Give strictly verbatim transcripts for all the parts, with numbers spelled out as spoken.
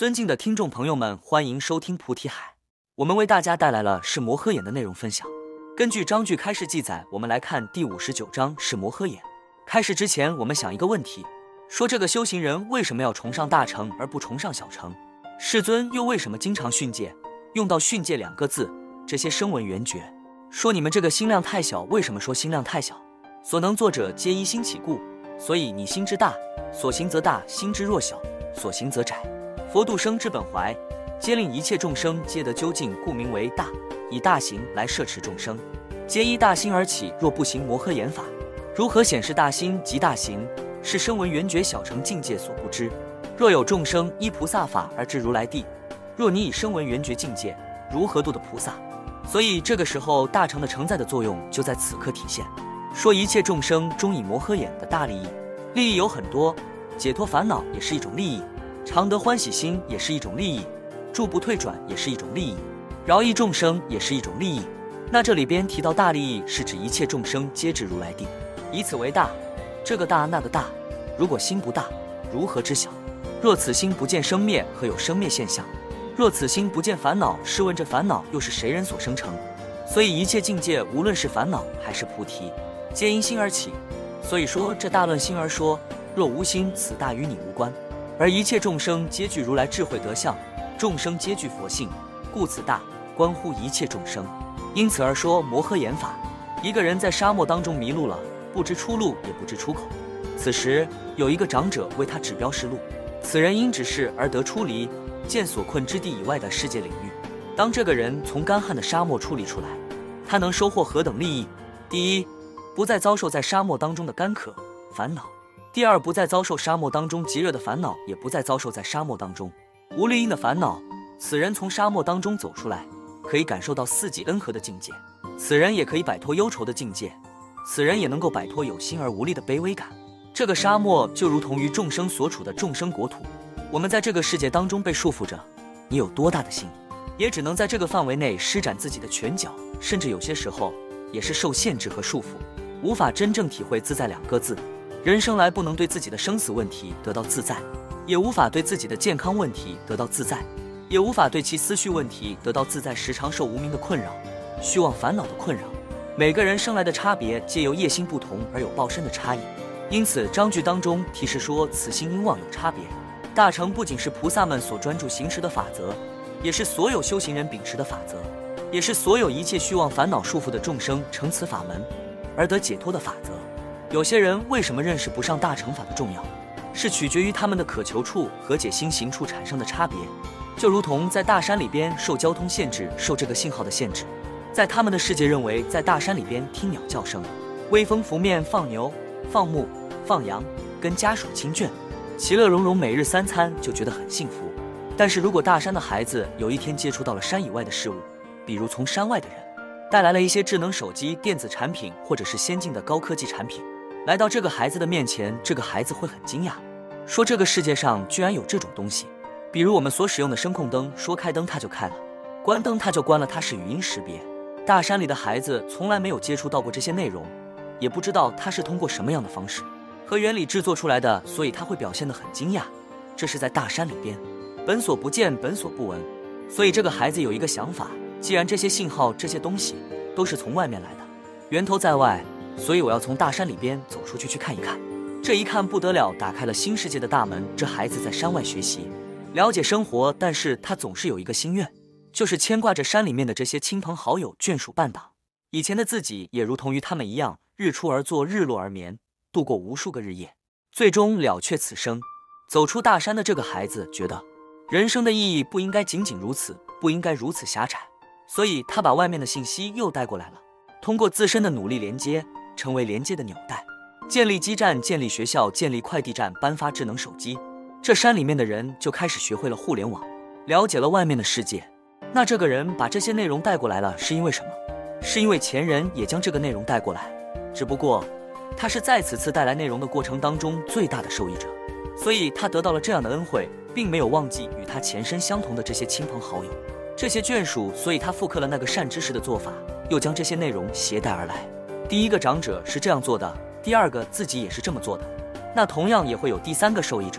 尊敬的听众朋友们，欢迎收听菩提海。我们为大家带来了是摩诃眼的内容分享。根据章句开示记载，我们来看第五十九章是摩诃眼。开始之前，我们想一个问题，说这个修行人为什么要崇尚大乘而不崇尚小乘？世尊又为什么经常训诫，用到训诫两个字？这些声闻缘觉说你们这个心量太小，为什么说心量太小？所能作者皆依心起故，所以你心之大，所行则大；心之弱小，所行则窄。佛度生之本怀，皆令一切众生皆得究竟，故名为大。以大行来摄持众生，皆依大心而起。若不行摩诃眼法，如何显示大心及大行？是声闻缘觉小乘境界所不知。若有众生依菩萨法而至如来地，若你以声闻缘觉境界，如何度的菩萨？所以这个时候大乘的承载的作用就在此刻体现。说一切众生终以摩诃眼的大利益，利益有很多，解脱烦恼也是一种利益，常得欢喜心也是一种利益，住不退转也是一种利益，饶益众生也是一种利益。那这里边提到大利益，是指一切众生皆至如来地，以此为大。这个大那个大，如果心不大，如何知晓？若此心不见生灭，何有生灭现象？若此心不见烦恼，试问这烦恼又是谁人所生成？所以一切境界，无论是烦恼还是菩提，皆因心而起。所以说这大论心而说，若无心，此大与你无关。而一切众生皆具如来智慧德相，众生皆具佛性，故此大关乎一切众生。因此而说摩诃眼法。一个人在沙漠当中迷路了，不知出路也不知出口，此时有一个长者为他指标示路，此人因指示而得出离，见所困之地以外的世界领域。当这个人从干旱的沙漠处理出来，他能收获何等利益？第一，不再遭受在沙漠当中的干渴烦恼；第二，不再遭受沙漠当中极热的烦恼，也不再遭受在沙漠当中无利因的烦恼。此人从沙漠当中走出来，可以感受到四季恩和的境界，此人也可以摆脱忧愁的境界，此人也能够摆脱有心而无力的卑微感。这个沙漠就如同于众生所处的众生国土，我们在这个世界当中被束缚着，你有多大的心，也只能在这个范围内施展自己的拳脚，甚至有些时候也是受限制和束缚，无法真正体会自在两个字。人生来不能对自己的生死问题得到自在，也无法对自己的健康问题得到自在，也无法对其思绪问题得到自在，时常受无明的困扰，虚妄烦恼的困扰。每个人生来的差别，皆由业心不同而有报身的差异。因此章句当中提示说，此心因妄有差别。大乘不仅是菩萨们所专注行持的法则，也是所有修行人秉持的法则，也是所有一切虚妄烦恼束缚的众生乘此法门而得解脱的法则。有些人为什么认识不上大乘法的重要，是取决于他们的渴求处和解心行处产生的差别。就如同在大山里边受交通限制，受这个信号的限制，在他们的世界认为在大山里边听鸟叫声，微风拂面，放牛放牧放羊，跟家属亲眷其乐融融，每日三餐就觉得很幸福。但是如果大山的孩子有一天接触到了山以外的事物，比如从山外的人带来了一些智能手机、电子产品，或者是先进的高科技产品来到这个孩子的面前，这个孩子会很惊讶，说这个世界上居然有这种东西。比如我们所使用的声控灯，说开灯它就开了，关灯它就关了，它是语音识别。大山里的孩子从来没有接触到过这些内容，也不知道它是通过什么样的方式和原理制作出来的，所以他会表现得很惊讶。这是在大山里边，本所不见，本所不闻。所以这个孩子有一个想法，既然这些信号、这些东西都是从外面来的，源头在外，所以我要从大山里边走出去去看一看。这一看不得了，打开了新世界的大门。这孩子在山外学习了解生活，但是他总是有一个心愿，就是牵挂着山里面的这些亲朋好友、眷属伴党。以前的自己也如同于他们一样，日出而作，日落而眠，度过无数个日夜，最终了却此生。走出大山的这个孩子觉得人生的意义不应该仅仅如此，不应该如此狭窄，所以他把外面的信息又带过来了，通过自身的努力连接，成为连接的纽带，建立基站，建立学校，建立快递站，颁发智能手机。这山里面的人就开始学会了互联网，了解了外面的世界。那这个人把这些内容带过来了，是因为什么？是因为前人也将这个内容带过来，只不过他是在此次带来内容的过程当中最大的受益者，所以他得到了这样的恩惠，并没有忘记与他前身相同的这些亲朋好友、这些眷属，所以他复刻了那个善知识的做法，又将这些内容携带而来。第一个长者是这样做的，第二个自己也是这么做的，那同样也会有第三个受益者。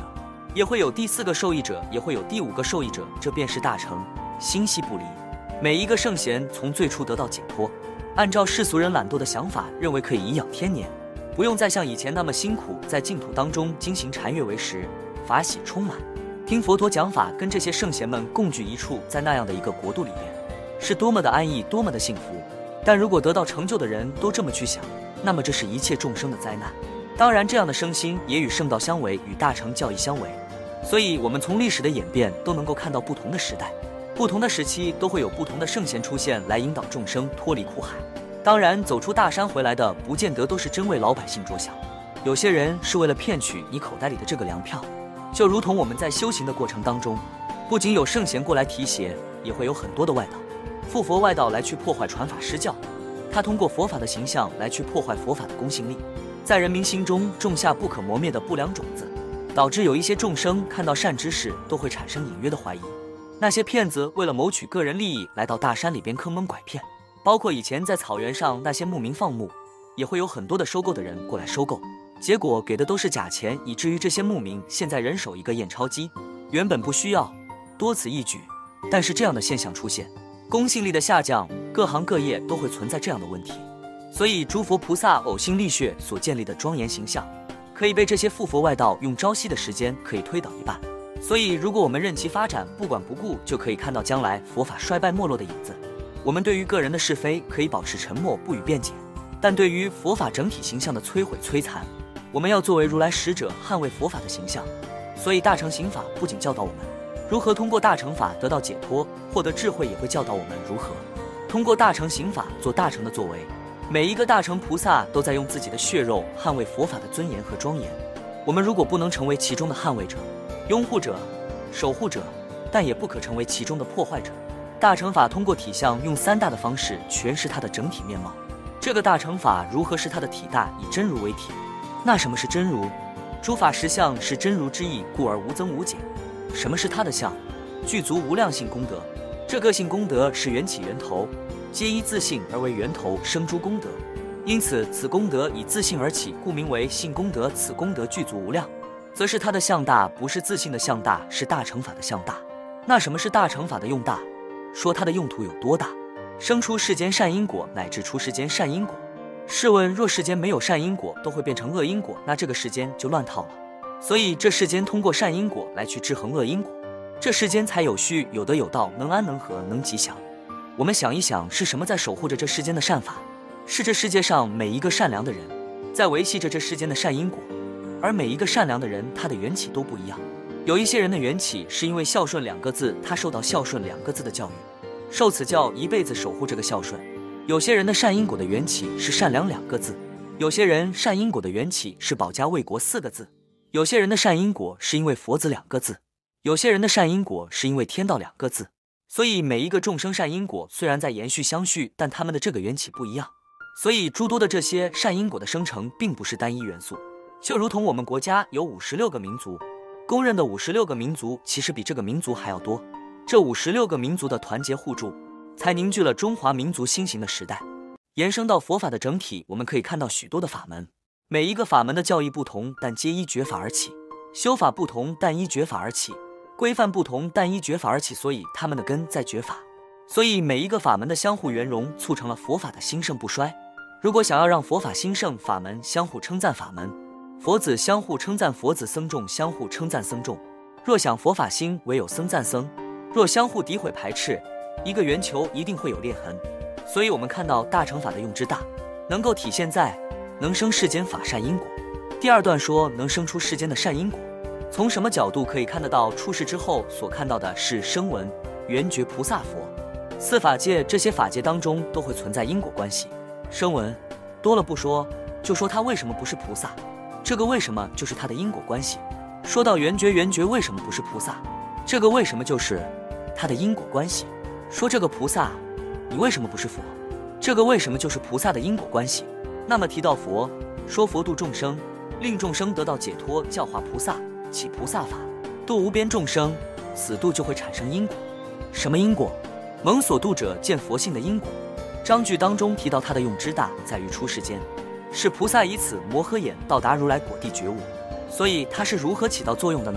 也会有第四个受益者，也会有第五个受益者，这便是大乘，心系不离。每一个圣贤从最初得到解脱，按照世俗人懒惰的想法，认为可以颐养天年，不用再像以前那么辛苦，在净土当中精行禅悦为食，法喜充满，听佛陀讲法，跟这些圣贤们共聚一处，在那样的一个国度里面，是多么的安逸，多么的幸福。但如果得到成就的人都这么去想，那么这是一切众生的灾难。当然，这样的生心也与圣道相违，与大乘教义相违。所以，我们从历史的演变都能够看到，不同的时代、不同的时期都会有不同的圣贤出现，来引导众生脱离苦海。当然，走出大山回来的，不见得都是真为老百姓着想，有些人是为了骗取你口袋里的这个粮票。就如同我们在修行的过程当中，不仅有圣贤过来提携，也会有很多的外道、附佛外道来去破坏传法施教。他通过佛法的形象来去破坏佛法的公信力，在人民心中种下不可磨灭的不良种子，导致有一些众生看到善知识都会产生隐约的怀疑。那些骗子为了谋取个人利益，来到大山里边坑蒙拐骗，包括以前在草原上那些牧民放牧，也会有很多的收购的人过来收购，结果给的都是假钱，以至于这些牧民现在人手一个验钞机，原本不需要，多此一举。但是这样的现象出现，公信力的下降，各行各业都会存在这样的问题。所以诸佛菩萨呕心沥血所建立的庄严形象，可以被这些附佛外道用朝夕的时间可以推倒一半。所以如果我们任其发展，不管不顾，就可以看到将来佛法衰败没落的影子。我们对于个人的是非可以保持沉默，不予辩解，但对于佛法整体形象的摧毁摧残，我们要作为如来使者，捍卫佛法的形象。所以大乘行法不仅教导我们如何通过大乘法得到解脱，获得智慧，也会教导我们如何通过大乘行法做大乘的作为。每一个大乘菩萨都在用自己的血肉捍卫佛法的尊严和庄严。我们如果不能成为其中的捍卫者、拥护者、守护者，但也不可成为其中的破坏者。大乘法通过体相，用三大的方式诠释它的整体面貌。这个大乘法如何是它的体大？以真如为体。那什么是真如？诸法实相是真如之意，故而无增无减。什么是它的相？具足无量性功德。这个性功德是缘起源头，皆依自性而为源头，生诸功德。因此此功德以自性而起，故名为性功德。此功德具足无量，则是它的相大，不是自性的相大，是大乘法的相大。那什么是大乘法的用大？说它的用途有多大？生出世间善因果，乃至出世间善因果。试问若世间没有善因果，都会变成恶因果，那这个世间就乱套了。所以这世间通过善因果来去制衡恶因果，这世间才有序，有德有道，能安能和，能吉祥。我们想一想，是什么在守护着这世间的善法？是这世界上每一个善良的人在维系着这世间的善因果。而每一个善良的人，他的缘起都不一样。有一些人的缘起是因为孝顺两个字，他受到孝顺两个字的教育，受此教一辈子守护这个孝顺。有些人的善因果的缘起是善良两个字，有些人善因果的缘起是保家卫国四个字，有些人的善因果是因为佛子两个字，有些人的善因果是因为天道两个字。所以每一个众生善因果虽然在延续相续，但他们的这个缘起不一样。所以诸多的这些善因果的生成并不是单一元素。就如同我们国家有五十六个民族，公认的五十六个民族其实比这个民族还要多。这五十六个民族的团结互助，才凝聚了中华民族新型的时代。延伸到佛法的整体，我们可以看到许多的法门，每一个法门的教义不同，但皆依觉法而起；修法不同，但依觉法而起；规范不同，但依觉法而起。所以他们的根在觉法。所以每一个法门的相互圆融，促成了佛法的兴盛不衰。如果想要让佛法兴盛，法门相互称赞法门，佛子相互称赞佛子，僧众相互称赞僧众。若想佛法兴，唯有僧赞僧。若相互诋毁排斥，一个圆球一定会有裂痕。所以我们看到大乘法的用之大，能够体现在能生世间法善因果。第二段说能生出世间的善因果，从什么角度可以看得到？出世之后所看到的是声闻、缘觉、菩萨、佛四法界，这些法界当中都会存在因果关系。声闻多了不说，就说他为什么不是菩萨，这个为什么就是他的因果关系。说到缘觉，缘觉为什么不是菩萨，这个为什么就是他的因果关系。说这个菩萨，你为什么不是佛，这个为什么就是菩萨的因果关系。那么提到佛，说佛度众生，令众生得到解脱，教化菩萨，起菩萨法，度无边众生，此度就会产生因果。什么因果？蒙所度者见佛性的因果。章句当中提到它的用之大，在于出世间，是菩萨以此摩诃眼到达如来果地觉悟。所以它是如何起到作用的呢？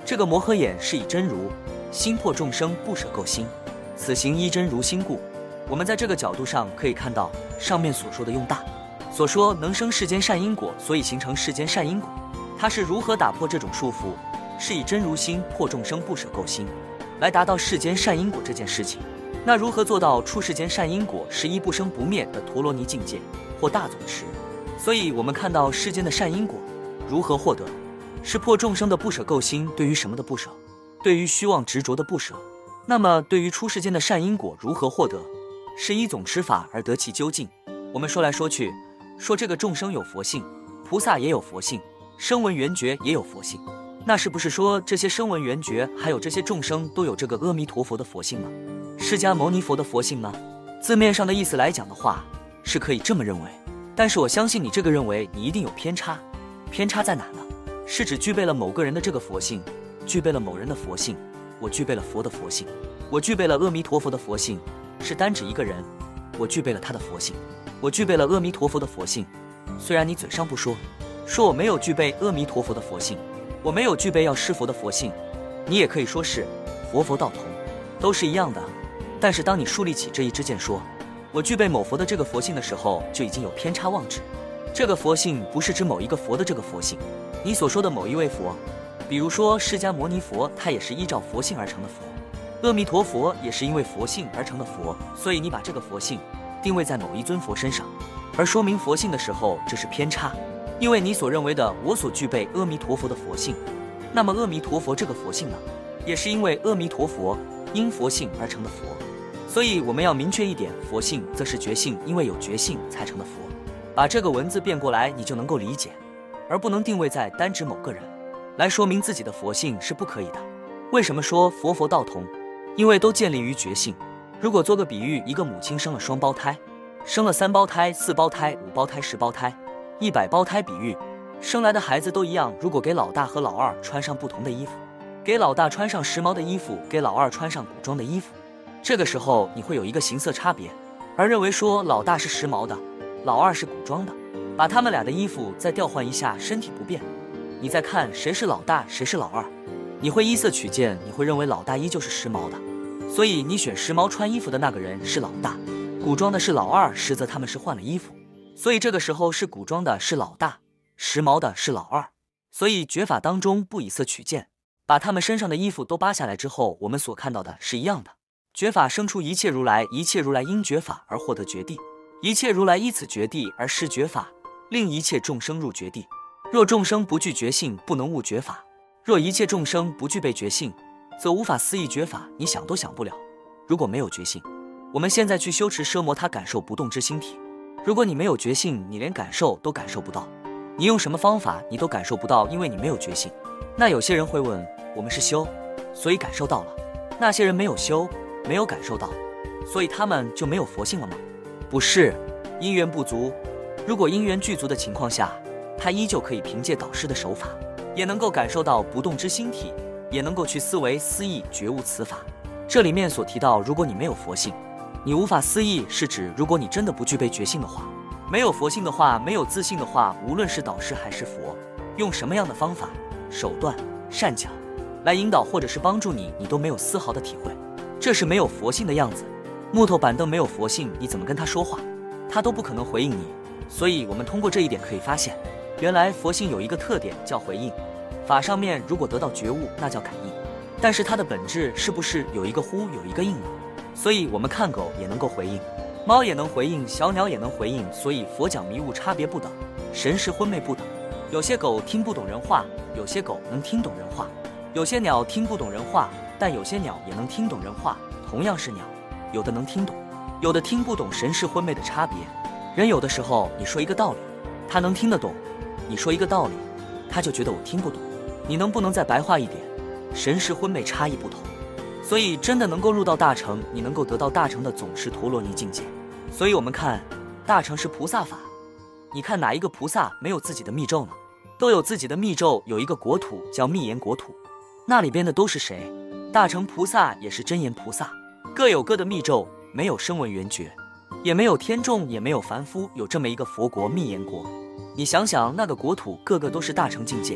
这个摩诃眼是以真如心破众生，不舍垢心，此行依真如心故。我们在这个角度上可以看到上面所说的用大，所说能生世间善因果，所以形成世间善因果。它是如何打破这种束缚？是以真如心破众生，不舍垢心，来达到世间善因果这件事情。那如何做到出世间善因果是一不生不灭的陀罗尼境界或大总持？所以我们看到世间的善因果如何获得，是破众生的不舍垢心。对于什么的不舍？对于虚妄执着的不舍。那么对于出世间的善因果如何获得？是依总持法而得其究竟。我们说来说去，说这个众生有佛性，菩萨也有佛性，声闻缘觉也有佛性，那是不是说这些声闻缘觉还有这些众生都有这个阿弥陀佛的佛性吗？释迦牟尼佛的佛性吗？字面上的意思来讲的话，是可以这么认为，但是我相信你这个认为你一定有偏差。偏差在哪呢？是指具备了某个人的这个佛性，具备了某人的佛性，我具备了佛的佛性，我具备了阿弥陀佛的佛性，是单指一个人，我具备了他的佛性，我具备了阿弥陀佛的佛性。虽然你嘴上不说，说我没有具备阿弥陀佛的佛性，我没有具备要施佛的佛性，你也可以说是佛佛道同，都是一样的。但是当你树立起这一支箭，说我具备某佛的这个佛性的时候，就已经有偏差妄指。这个佛性不是指某一个佛的这个佛性，你所说的某一位佛，比如说释迦牟尼佛，他也是依照佛性而成的佛，阿弥陀佛也是因为佛性而成的佛，所以你把这个佛性定位在某一尊佛身上，而说明佛性的时候，这是偏差。因为你所认为的我所具备阿弥陀佛的佛性，那么阿弥陀佛这个佛性呢，也是因为阿弥陀佛因佛性而成的佛。所以我们要明确一点，佛性则是觉性，因为有觉性才成的佛。把这个文字变过来，你就能够理解，而不能定位在单指某个人来说明自己的佛性是不可以的。为什么说佛佛道同？因为都建立于觉性。如果做个比喻，一个母亲生了双胞胎，生了三胞胎、四胞胎、五胞胎、十胞胎、一百胞胎，比喻生来的孩子都一样。如果给老大和老二穿上不同的衣服，给老大穿上时髦的衣服，给老二穿上古装的衣服，这个时候你会有一个形色差别，而认为说老大是时髦的，老二是古装的，把他们俩的衣服再调换一下，身体不变，你再看谁是老大谁是老二，你会依色取见，你会认为老大依旧是时髦的，所以你选时髦穿衣服的那个人是老大，古装的是老二，实则他们是换了衣服，所以这个时候是古装的是老大，时髦的是老二。所以觉法当中不以色取见，把他们身上的衣服都扒下来之后，我们所看到的是一样的。觉法生出一切如来，一切如来因觉法而获得觉地，一切如来依此觉地而施觉法，令一切众生入觉地。若众生不具觉性，不能悟觉法；若一切众生不具备觉性，则无法思议觉法，你想都想不了。如果没有觉性，我们现在去修持奢摩他感受不动之心体，如果你没有觉性，你连感受都感受不到，你用什么方法你都感受不到，因为你没有觉性。那有些人会问，我们是修，所以感受到了，那些人没有修，没有感受到，所以他们就没有佛性了吗？不是，因缘不足。如果因缘具足的情况下，他依旧可以凭借导师的手法，也能够感受到不动之心体，也能够去思维思议觉悟此法。这里面所提到，如果你没有佛性，你无法思议，是指如果你真的不具备觉性的话，没有佛性的话，没有自信的话，无论是导师还是佛，用什么样的方法、手段、善巧来引导或者是帮助你，你都没有丝毫的体会，这是没有佛性的样子。木头板凳没有佛性，你怎么跟他说话，他都不可能回应你。所以我们通过这一点可以发现，原来佛性有一个特点叫回应。法上面如果得到觉悟，那叫感应，但是它的本质是不是有一个呼有一个应呢？所以我们看狗也能够回应，猫也能回应，小鸟也能回应。所以佛讲迷悟差别不等，神识昏昧不等。有些狗听不懂人话，有些狗能听懂人话；有些鸟听不懂人话，但有些鸟也能听懂人话。同样是鸟，有的能听懂，有的听不懂，神识昏昧的差别。人有的时候你说一个道理，他能听得懂；你说一个道理，他就觉得我听不懂。你能不能再白话一点？神识昏昧差异不同，所以真的能够入到大乘，你能够得到大乘的总持陀罗尼境界。所以我们看大乘是菩萨法，你看哪一个菩萨没有自己的密咒呢？都有自己的密咒，有一个国土叫密言国土，那里边的都是谁？大乘菩萨也是真言菩萨，各有各的密咒，没有声闻缘觉，也没有天众，也没有凡夫，有这么一个佛国密言国。你想想那个国土，个个都是大乘境界，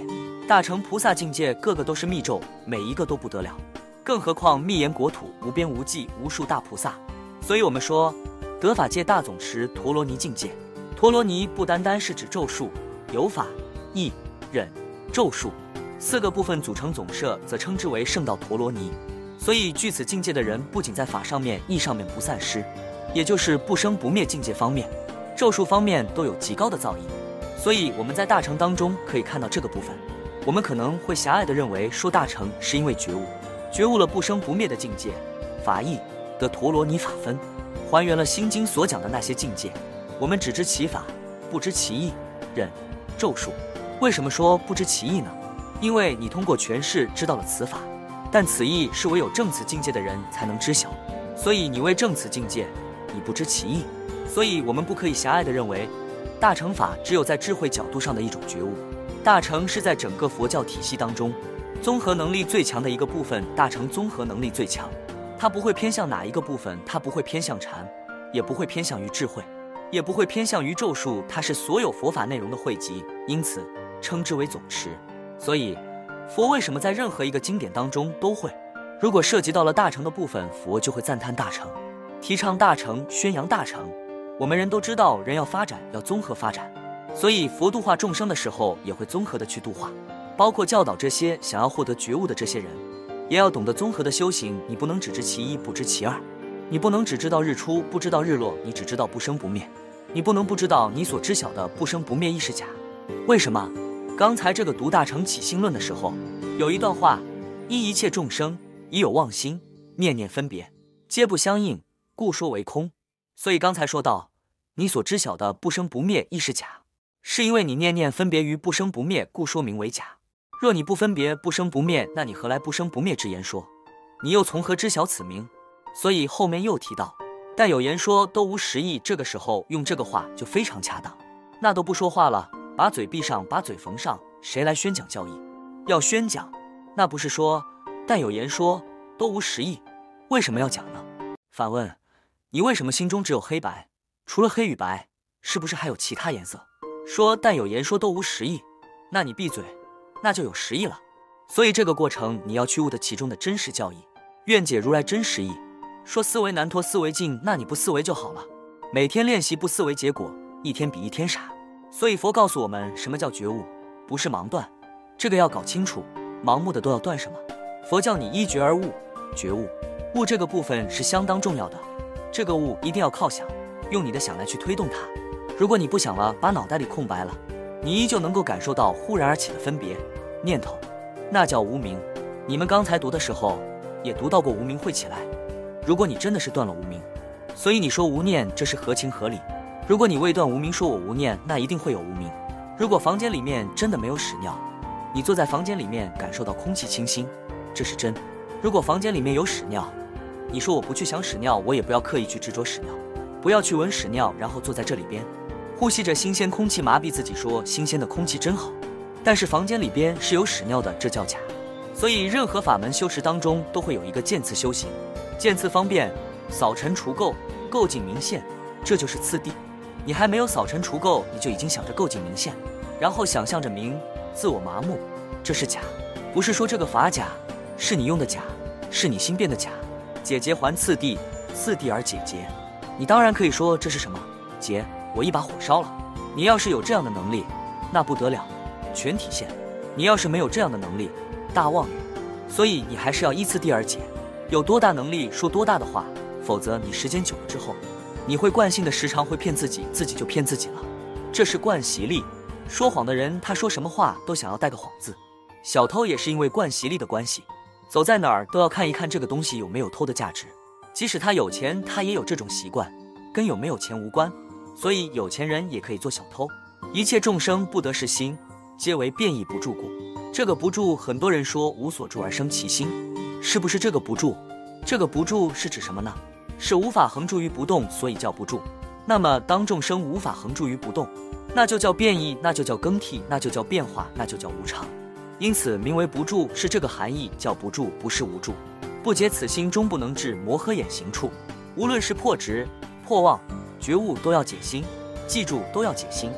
大乘菩萨境界个个都是密咒，每一个都不得了，更何况密言国土无边无际无数大菩萨。所以我们说得法界大总持陀罗尼境界。陀罗尼不单单是指咒术，有法、意、忍、咒术四个部分组成总摄，则称之为圣道陀罗尼。所以具此境界的人，不仅在法上面、意上面不散失，也就是不生不灭境界方面、咒术方面都有极高的造诣。所以我们在大乘当中可以看到这个部分。我们可能会狭隘地认为说大乘是因为觉悟，觉悟了不生不灭的境界，法意的陀罗尼法分，还原了心经所讲的那些境界。我们只知其法，不知其意、忍、咒术。为什么说不知其意呢？因为你通过诠释知道了此法，但此意是唯有证此境界的人才能知晓，所以你未证此境界，你不知其意。所以我们不可以狭隘地认为大乘法只有在智慧角度上的一种觉悟。大乘是在整个佛教体系当中综合能力最强的一个部分，大乘综合能力最强，它不会偏向哪一个部分，它不会偏向禅，也不会偏向于智慧，也不会偏向于咒术，它是所有佛法内容的汇集，因此称之为总持。所以佛为什么在任何一个经典当中都会，如果涉及到了大乘的部分，佛就会赞叹大乘，提倡大乘，宣扬大乘。我们人都知道，人要发展要综合发展，所以佛度化众生的时候也会综合的去度化，包括教导这些想要获得觉悟的这些人，也要懂得综合的修行。你不能只知其一不知其二，你不能只知道日出不知道日落，你只知道不生不灭，你不能不知道你所知晓的不生不灭亦是假。为什么？刚才这个读大乘起心论的时候，有一段话：因一切众生已有妄心，念念分别，皆不相应，故说为空。所以刚才说到，你所知晓的不生不灭亦是假，是因为你念念分别于不生不灭，故说名为假。若你不分别不生不灭，那你何来不生不灭之言说？你又从何知晓此名？所以后面又提到，但有言说都无实义，这个时候用这个话就非常恰当。那都不说话了，把嘴闭上，把嘴缝上，谁来宣讲教义？要宣讲，那不是说但有言说都无实义，为什么要讲呢？反问，你为什么心中只有黑白？除了黑与白，是不是还有其他颜色？说但有言说都无实义，那你闭嘴，那就有实义了。所以这个过程你要去悟得其中的真实教义，愿解如来真实义。说思维难脱思维境，那你不思维就好了，每天练习不思维，结果一天比一天傻。所以佛告诉我们什么叫觉悟，不是盲断，这个要搞清楚，盲目的都要断什么？佛教你依觉而悟，觉悟悟这个部分是相当重要的，这个悟一定要靠想，用你的想来去推动它。如果你不想了，把脑袋里空白了，你依旧能够感受到忽然而起的分别念头，那叫无明。你们刚才读的时候也读到过无明会起来，如果你真的是断了无明，所以你说无念，这是合情合理。如果你未断无明，说我无念，那一定会有无明。如果房间里面真的没有屎尿，你坐在房间里面感受到空气清新，这是真。如果房间里面有屎尿，你说我不去想屎尿，我也不要刻意去执着屎尿，不要去闻屎尿，然后坐在这里边呼吸着新鲜空气，麻痹自己说新鲜的空气真好，但是房间里边是有屎尿的，这叫假。所以任何法门修持当中都会有一个渐次修行，渐次方便，扫尘除垢，垢净明现，这就是次第。你还没有扫尘除垢，你就已经想着垢净明现，然后想象着明，自我麻木，这是假。不是说这个法假，是你用的假，是你心变的假。解结还次第，次第而解结。你当然可以说这是什么结，我一把火烧了。你要是有这样的能力，那不得了，全体现。你要是没有这样的能力，大妄语。所以你还是要依次第而解，有多大能力说多大的话，否则你时间久了之后，你会惯性的时常会骗自己，自己就骗自己了，这是惯习力。说谎的人，他说什么话都想要带个谎字。小偷也是因为惯习力的关系，走在哪儿都要看一看这个东西有没有偷的价值。即使他有钱，他也有这种习惯，跟有没有钱无关。所以有钱人也可以做小偷。一切众生不得是心，皆为变异不住故。这个不住，很多人说无所住而生其心，是不是这个不住？这个不住是指什么呢？是无法恒住于不动，所以叫不住。那么当众生无法恒住于不动，那就叫变异，那就叫更替，那就叫变化，那就叫无常。因此名为不住，是这个含义，叫不住，不是无住。不解此心，终不能至摩诃眼行处。无论是破执、破妄、觉悟，都要解心。记住，都要解心。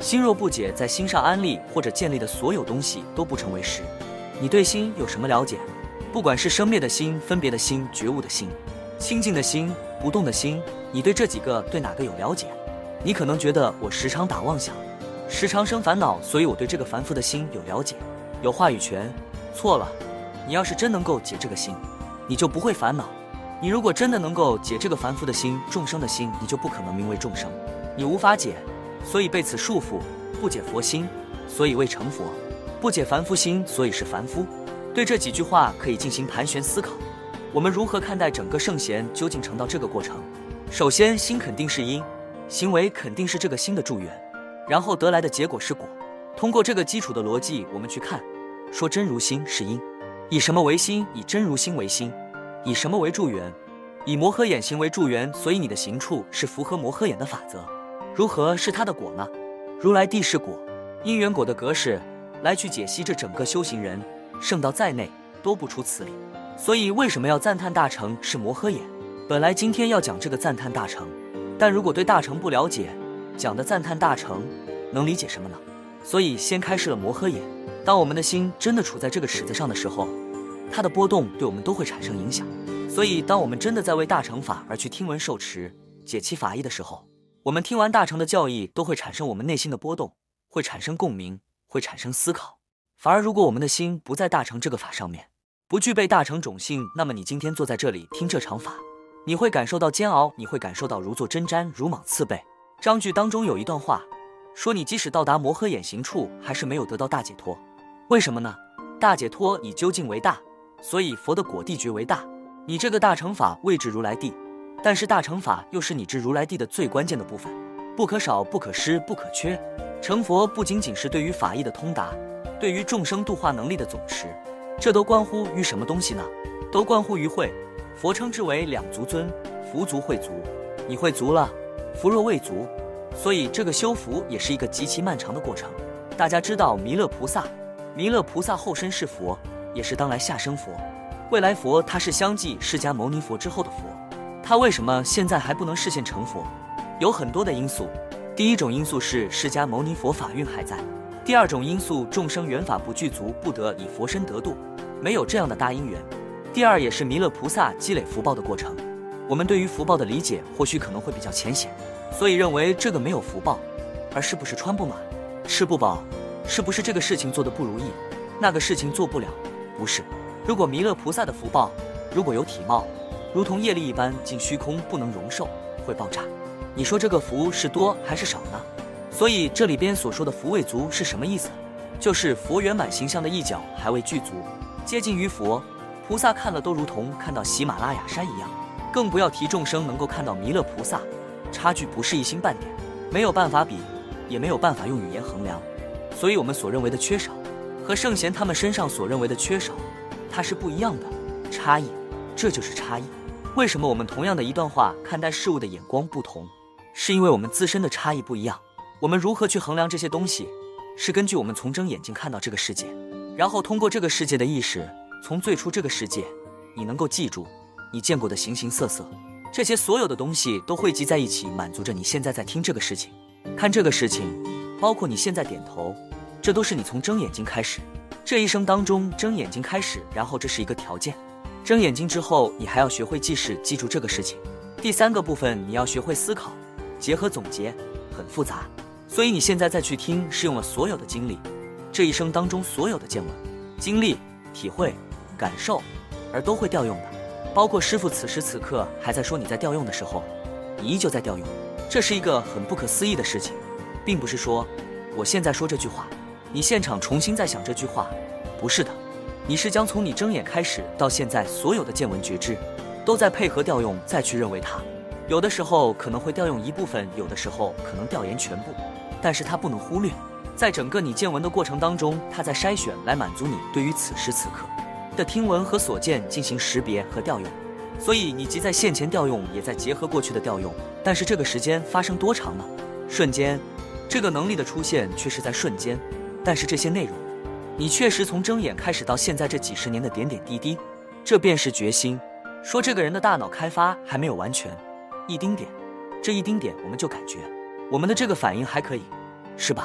心若不解，在心上安立或者建立的所有东西都不成为实。你对心有什么了解？不管是生灭的心、分别的心、觉悟的心、清净的心、不动的心，你对这几个对哪个有了解？你可能觉得我时常打妄想，时常生烦恼，所以我对这个凡夫的心有了解，有话语权。错了，你要是真能够解这个心，你就不会烦恼。你如果真的能够解这个凡夫的心、众生的心，你就不可能名为众生。你无法解，所以被此束缚；不解佛心，所以未成佛；不解凡夫心，所以是凡夫。对这几句话可以进行盘旋思考。我们如何看待整个圣贤究竟成道这个过程？首先，心肯定是因，行为肯定是这个心的助缘，然后得来的结果是果。通过这个基础的逻辑，我们去看，说真如心是因，以什么为心？以真如心为心。以什么为助缘？以摩诃眼行为助缘，所以你的行处是符合摩诃眼的法则。如何是它的果呢？如来地是果，因缘果的格式来去解析这整个修行人，圣道在内都不出此理。所以为什么要赞叹大乘是摩诃眼？本来今天要讲这个赞叹大乘，但如果对大乘不了解，讲的赞叹大乘能理解什么呢？所以先开示了摩诃眼。当我们的心真的处在这个尺子上的时候，它的波动对我们都会产生影响。所以当我们真的在为大乘法而去听闻受持解其法义的时候，我们听完大乘的教义都会产生我们内心的波动，会产生共鸣，会产生思考。反而如果我们的心不在大乘这个法上面，不具备大乘种性，那么你今天坐在这里听这场法，你会感受到煎熬，你会感受到如坐针毡，如芒刺背。章句当中有一段话说，你即使到达摩诃眼行处，还是没有得到大解脱。为什么呢？大解脱以究竟为大，所以佛的果地觉为大。你这个大乘法位置如来地，但是大乘法又是你知如来地的最关键的部分，不可少，不可失，不可缺。成佛不仅仅是对于法义的通达，对于众生度化能力的总持，这都关乎于什么东西呢？都关乎于慧。佛称之为两足尊，福足慧足。你慧足了，福若未足，所以这个修福也是一个极其漫长的过程。大家知道弥勒菩萨，弥勒菩萨后身是佛，也是当来下生佛。未来佛他是相继释迦牟尼佛之后的佛，他为什么现在还不能示现成佛？有很多的因素。第一种因素是释迦牟尼佛法运还在，第二种因素众生缘法不具足，不得以佛身得度，没有这样的大因缘。第二也是弥勒菩萨积累福报的过程。我们对于福报的理解或许可能会比较浅显，所以认为这个没有福报，而是不是穿不暖，吃不饱，是不是这个事情做得不如意，那个事情做不了？不是。如果弥勒菩萨的福报如果有体貌，如同业力一般进虚空不能容受，会爆炸，你说这个福是多还是少呢？所以这里边所说的福未足是什么意思？就是佛圆满形象的一角还未具足，接近于佛，菩萨看了都如同看到喜马拉雅山一样，更不要提众生能够看到弥勒菩萨，差距不是一星半点，没有办法比，也没有办法用语言衡量。所以我们所认为的缺少，和圣贤他们身上所认为的缺少，它是不一样的差异，这就是差异。为什么我们同样的一段话看待事物的眼光不同？是因为我们自身的差异不一样。我们如何去衡量这些东西，是根据我们从睁眼睛看到这个世界，然后通过这个世界的意识，从最初这个世界你能够记住你见过的形形色色，这些所有的东西都汇集在一起，满足着你现在在听这个事情，看这个事情，包括你现在点头，这都是你从睁眼睛开始，这一生当中睁眼睛开始，然后这是一个条件。睁眼睛之后，你还要学会记事，记住这个事情。第三个部分，你要学会思考，结合总结，很复杂。所以你现在再去听，是用了所有的经历，这一生当中所有的见闻、经历、体会、感受，而都会调用的。包括师父此时此刻还在说你在调用的时候，你依旧在调用，这是一个很不可思议的事情，并不是说我现在说这句话，你现场重新再想这句话，不是的。你是将从你睁眼开始到现在所有的见闻觉知，都在配合调用，再去认为它。有的时候可能会调用一部分，有的时候可能调研全部，但是它不能忽略，在整个你见闻的过程当中，它在筛选来满足你对于此时此刻的听闻和所见进行识别和调用。所以你即在现前调用，也在结合过去的调用，但是这个时间发生多长呢？瞬间，这个能力的出现却是在瞬间，但是这些内容你确实从睁眼开始到现在这几十年的点点滴滴，这便是决心。说这个人的大脑开发还没有完全，一丁点，这一丁点我们就感觉我们的这个反应还可以，是吧？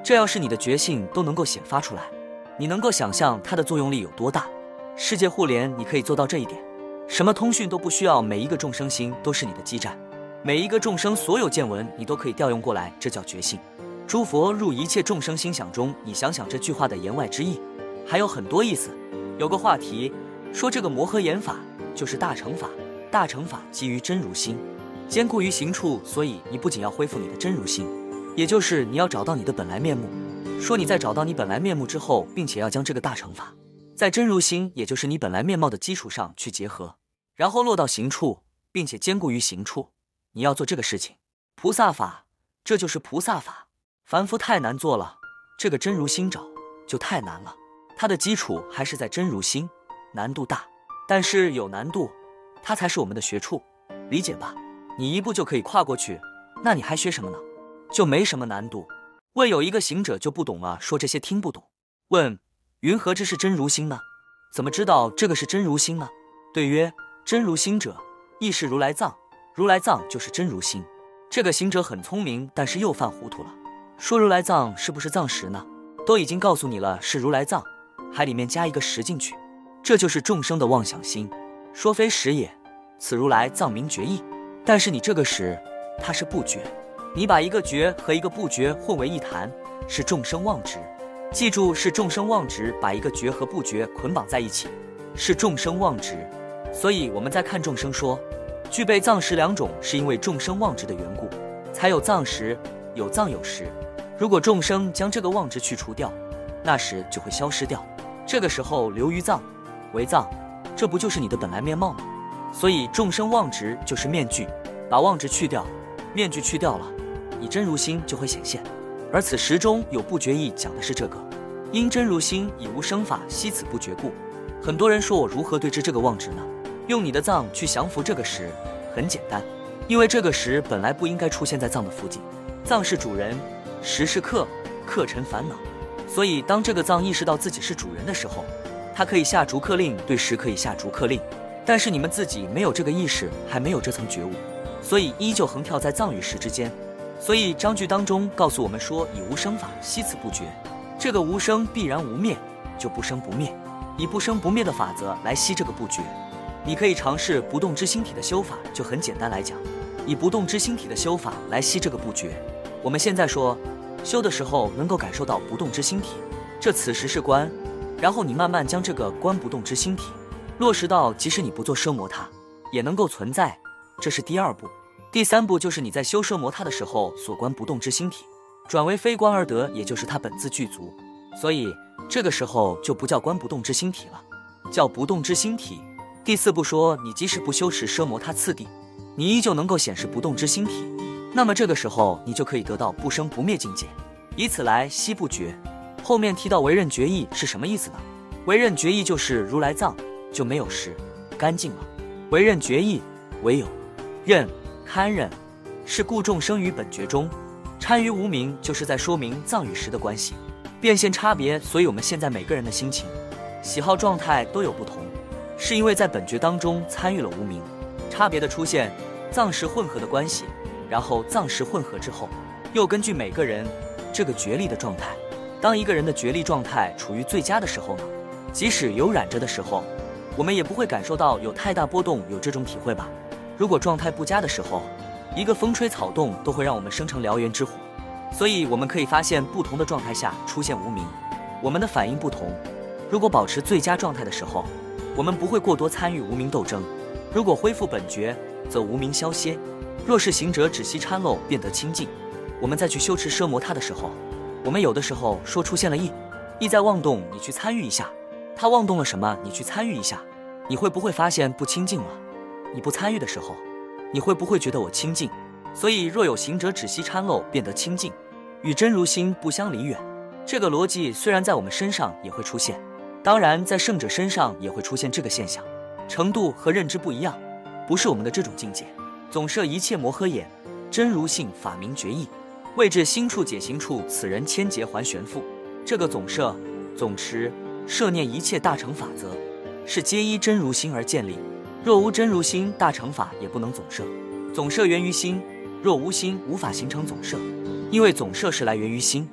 这要是你的觉性都能够显发出来，你能够想象它的作用力有多大？世界互联你可以做到这一点，什么通讯都不需要，每一个众生心都是你的基站，每一个众生所有见闻你都可以调用过来，这叫觉性。诸佛入一切众生心想中，你想想这句话的言外之意，还有很多意思。有个话题说这个摩诃言法就是大乘法，大乘法基于真如心，坚固于行处，所以你不仅要恢复你的真如心，也就是你要找到你的本来面目。说你在找到你本来面目之后，并且要将这个大乘法在真如心，也就是你本来面貌的基础上去结合，然后落到行处，并且坚固于行处。你要做这个事情，菩萨法，这就是菩萨法。凡夫太难做了，这个真如心找就太难了，它的基础还是在真如心，难度大，但是有难度，它才是我们的学处，理解吧？你一步就可以跨过去，那你还学什么呢？就没什么难度。问有一个行者就不懂了，说这些听不懂。问云何知是真如心呢？怎么知道这个是真如心呢？对曰：真如心者，亦是如来藏，如来藏就是真如心。这个行者很聪明，但是又犯糊涂了。说如来藏是不是藏识呢？都已经告诉你了是如来藏，还里面加一个识进去，这就是众生的妄想心。说非识也，此如来藏名觉意。但是你这个识，它是不觉，你把一个觉和一个不觉混为一谈，是众生妄执。记住，是众生妄执把一个觉和不觉捆绑在一起，是众生妄执。所以我们在看众生说具备藏识两种，是因为众生妄执的缘故，才有藏识，有藏有识。如果众生将这个妄执去除掉，那时就会消失掉，这个时候留于藏为藏，这不就是你的本来面貌吗？所以众生妄执就是面具，把妄执去掉，面具去掉了，你真如心就会显现。而此识中有不觉意，讲的是这个，因真如心以无生法悉此不觉故。很多人说我如何对治这个妄执呢？用你的藏去降服这个识，很简单，因为这个识本来不应该出现在藏的附近，藏是主人，识是客，客尘烦恼。所以当这个藏意识到自己是主人的时候，它可以下逐客令，对识可以下逐客令。但是你们自己没有这个意识，还没有这层觉悟，所以依旧横跳在藏与识之间。所以章句当中告诉我们说，以无生法悉此不觉，这个无生必然无灭，就不生不灭，以不生不灭的法则来吸这个不觉。你可以尝试不动之心体的修法，就很简单来讲，以不动之心体的修法来吸这个不觉。我们现在说修的时候能够感受到不动之心体，这此时是观，然后你慢慢将这个观不动之心体落实到即使你不做奢摩他也能够存在，这是第二步。第三步就是你在修奢摩他的时候所观不动之心体转为非观而得，也就是它本自具足，所以这个时候就不叫观不动之心体了，叫不动之心体。第四步说你即使不修持奢摩他次第，你依旧能够显示不动之心体，那么这个时候你就可以得到不生不灭境界，以此来悉不觉。后面提到为任觉意是什么意思呢？为任觉意就是如来藏就没有识，干净了。为任觉意，唯有任堪任，是故众生于本觉中，参于无明，就是在说明藏与识的关系，变现差别。所以我们现在每个人的心情喜好状态都有不同，是因为在本觉当中参与了无明，差别的出现，藏识混合的关系，然后藏识混合之后，又根据每个人这个觉力的状态，当一个人的觉力状态处于最佳的时候呢，即使有染着的时候，我们也不会感受到有太大波动，有这种体会吧？如果状态不佳的时候，一个风吹草动都会让我们生成燎原之火。所以我们可以发现，不同的状态下出现无明，我们的反应不同。如果保持最佳状态的时候，我们不会过多参与无明斗争；如果恢复本觉，则无明消歇。若是行者止息参漏，便得清净。我们再去修持奢摩他的时候，我们有的时候说出现了意，意在妄动，你去参与一下，它妄动了什么，你去参与一下，你会不会发现不清净了？你不参与的时候，你会不会觉得我清净？所以若有行者止息参漏，便得清净，与真如心不相离远。这个逻辑虽然在我们身上也会出现，当然在圣者身上也会出现这个现象，程度和认知不一样，不是我们的这种境界。总摄一切摩诃眼，真如性法明觉意，位至心处解行处，此人千劫还悬复。这个总摄、总持、摄念一切大乘法则，是皆依真如心而建立。若无真如心，大乘法也不能总摄。总摄源于心，若无心，无法形成总摄，因为总摄是来源于心。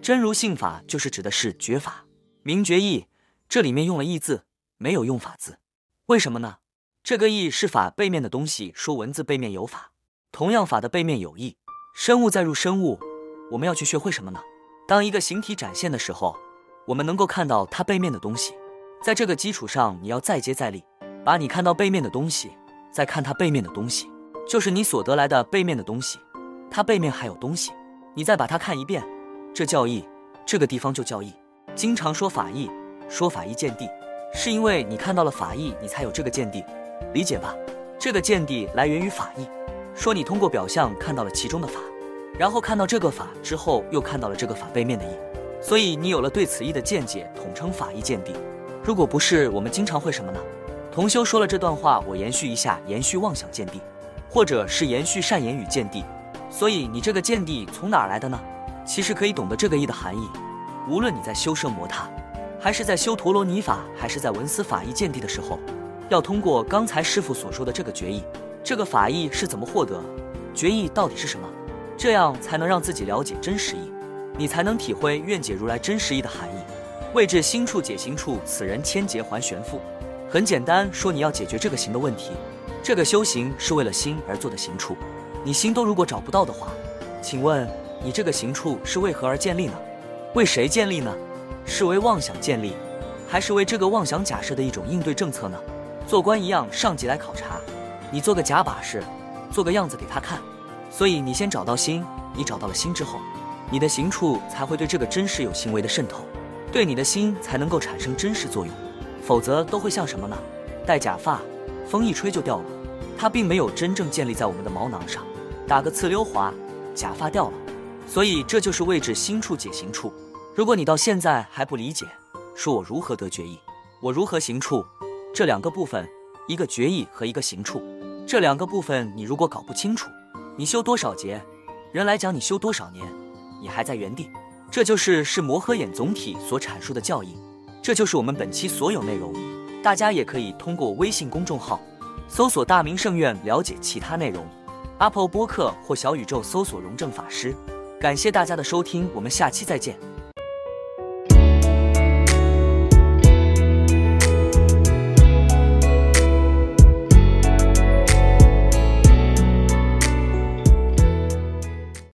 真如性法就是指的是觉法，名觉义，这里面用了义字，没有用法字，为什么呢？这个义是法背面的东西，说文字背面有法，同样法的背面有义，生物再入生物，我们要去学会什么呢？当一个形体展现的时候，我们能够看到它背面的东西，在这个基础上，你要再接再厉，把你看到背面的东西，再看它背面的东西，就是你所得来的背面的东西，它背面还有东西，你再把它看一遍，这叫义，这个地方就叫义。经常说法义，说法义见地，是因为你看到了法义，你才有这个见地，理解吧？这个见地来源于法义，说你通过表象看到了其中的法，然后看到这个法之后，又看到了这个法背面的义，所以你有了对此义的见解，统称法义见地。如果不是，我们经常会什么呢？同修说了这段话，我延续一下，延续妄想见地，或者是延续善言语见地。所以你这个见地从哪儿来的呢？其实可以懂得这个义的含义。无论你在修摄摩他，还是在修陀罗尼法，还是在闻思法义见地的时候，要通过刚才师父所说的这个觉义，这个法义是怎么获得，觉义到底是什么，这样才能让自己了解真实义，你才能体会愿解如来真实义的含义。谓至心处解行处，此人千劫还悬复。很简单说，你要解决这个行的问题，这个修行是为了心而做的行处，你心都如果找不到的话，请问你这个行处是为何而建立呢？为谁建立呢？是为妄想建立，还是为这个妄想假设的一种应对政策呢？做官一样，上级来考察，你做个假把式，做个样子给他看。所以你先找到心，你找到了心之后，你的行处才会对这个真实有行为的渗透，对你的心才能够产生真实作用，否则都会像什么呢？戴假发，风一吹就掉了，它并没有真正建立在我们的毛囊上，打个刺溜滑，假发掉了。所以这就是谓至心处解行处。如果你到现在还不理解，说我如何得觉义，我如何行处，这两个部分，一个觉义和一个行处，这两个部分你如果搞不清楚，你修多少劫，人来讲你修多少年，你还在原地。这就是是摩诃眼总体所阐述的教义。这就是我们本期所有内容，大家也可以通过微信公众号搜索大明圣院了解其他内容， Apple 播客或小宇宙搜索荣正法师。感谢大家的收听，我们下期再见。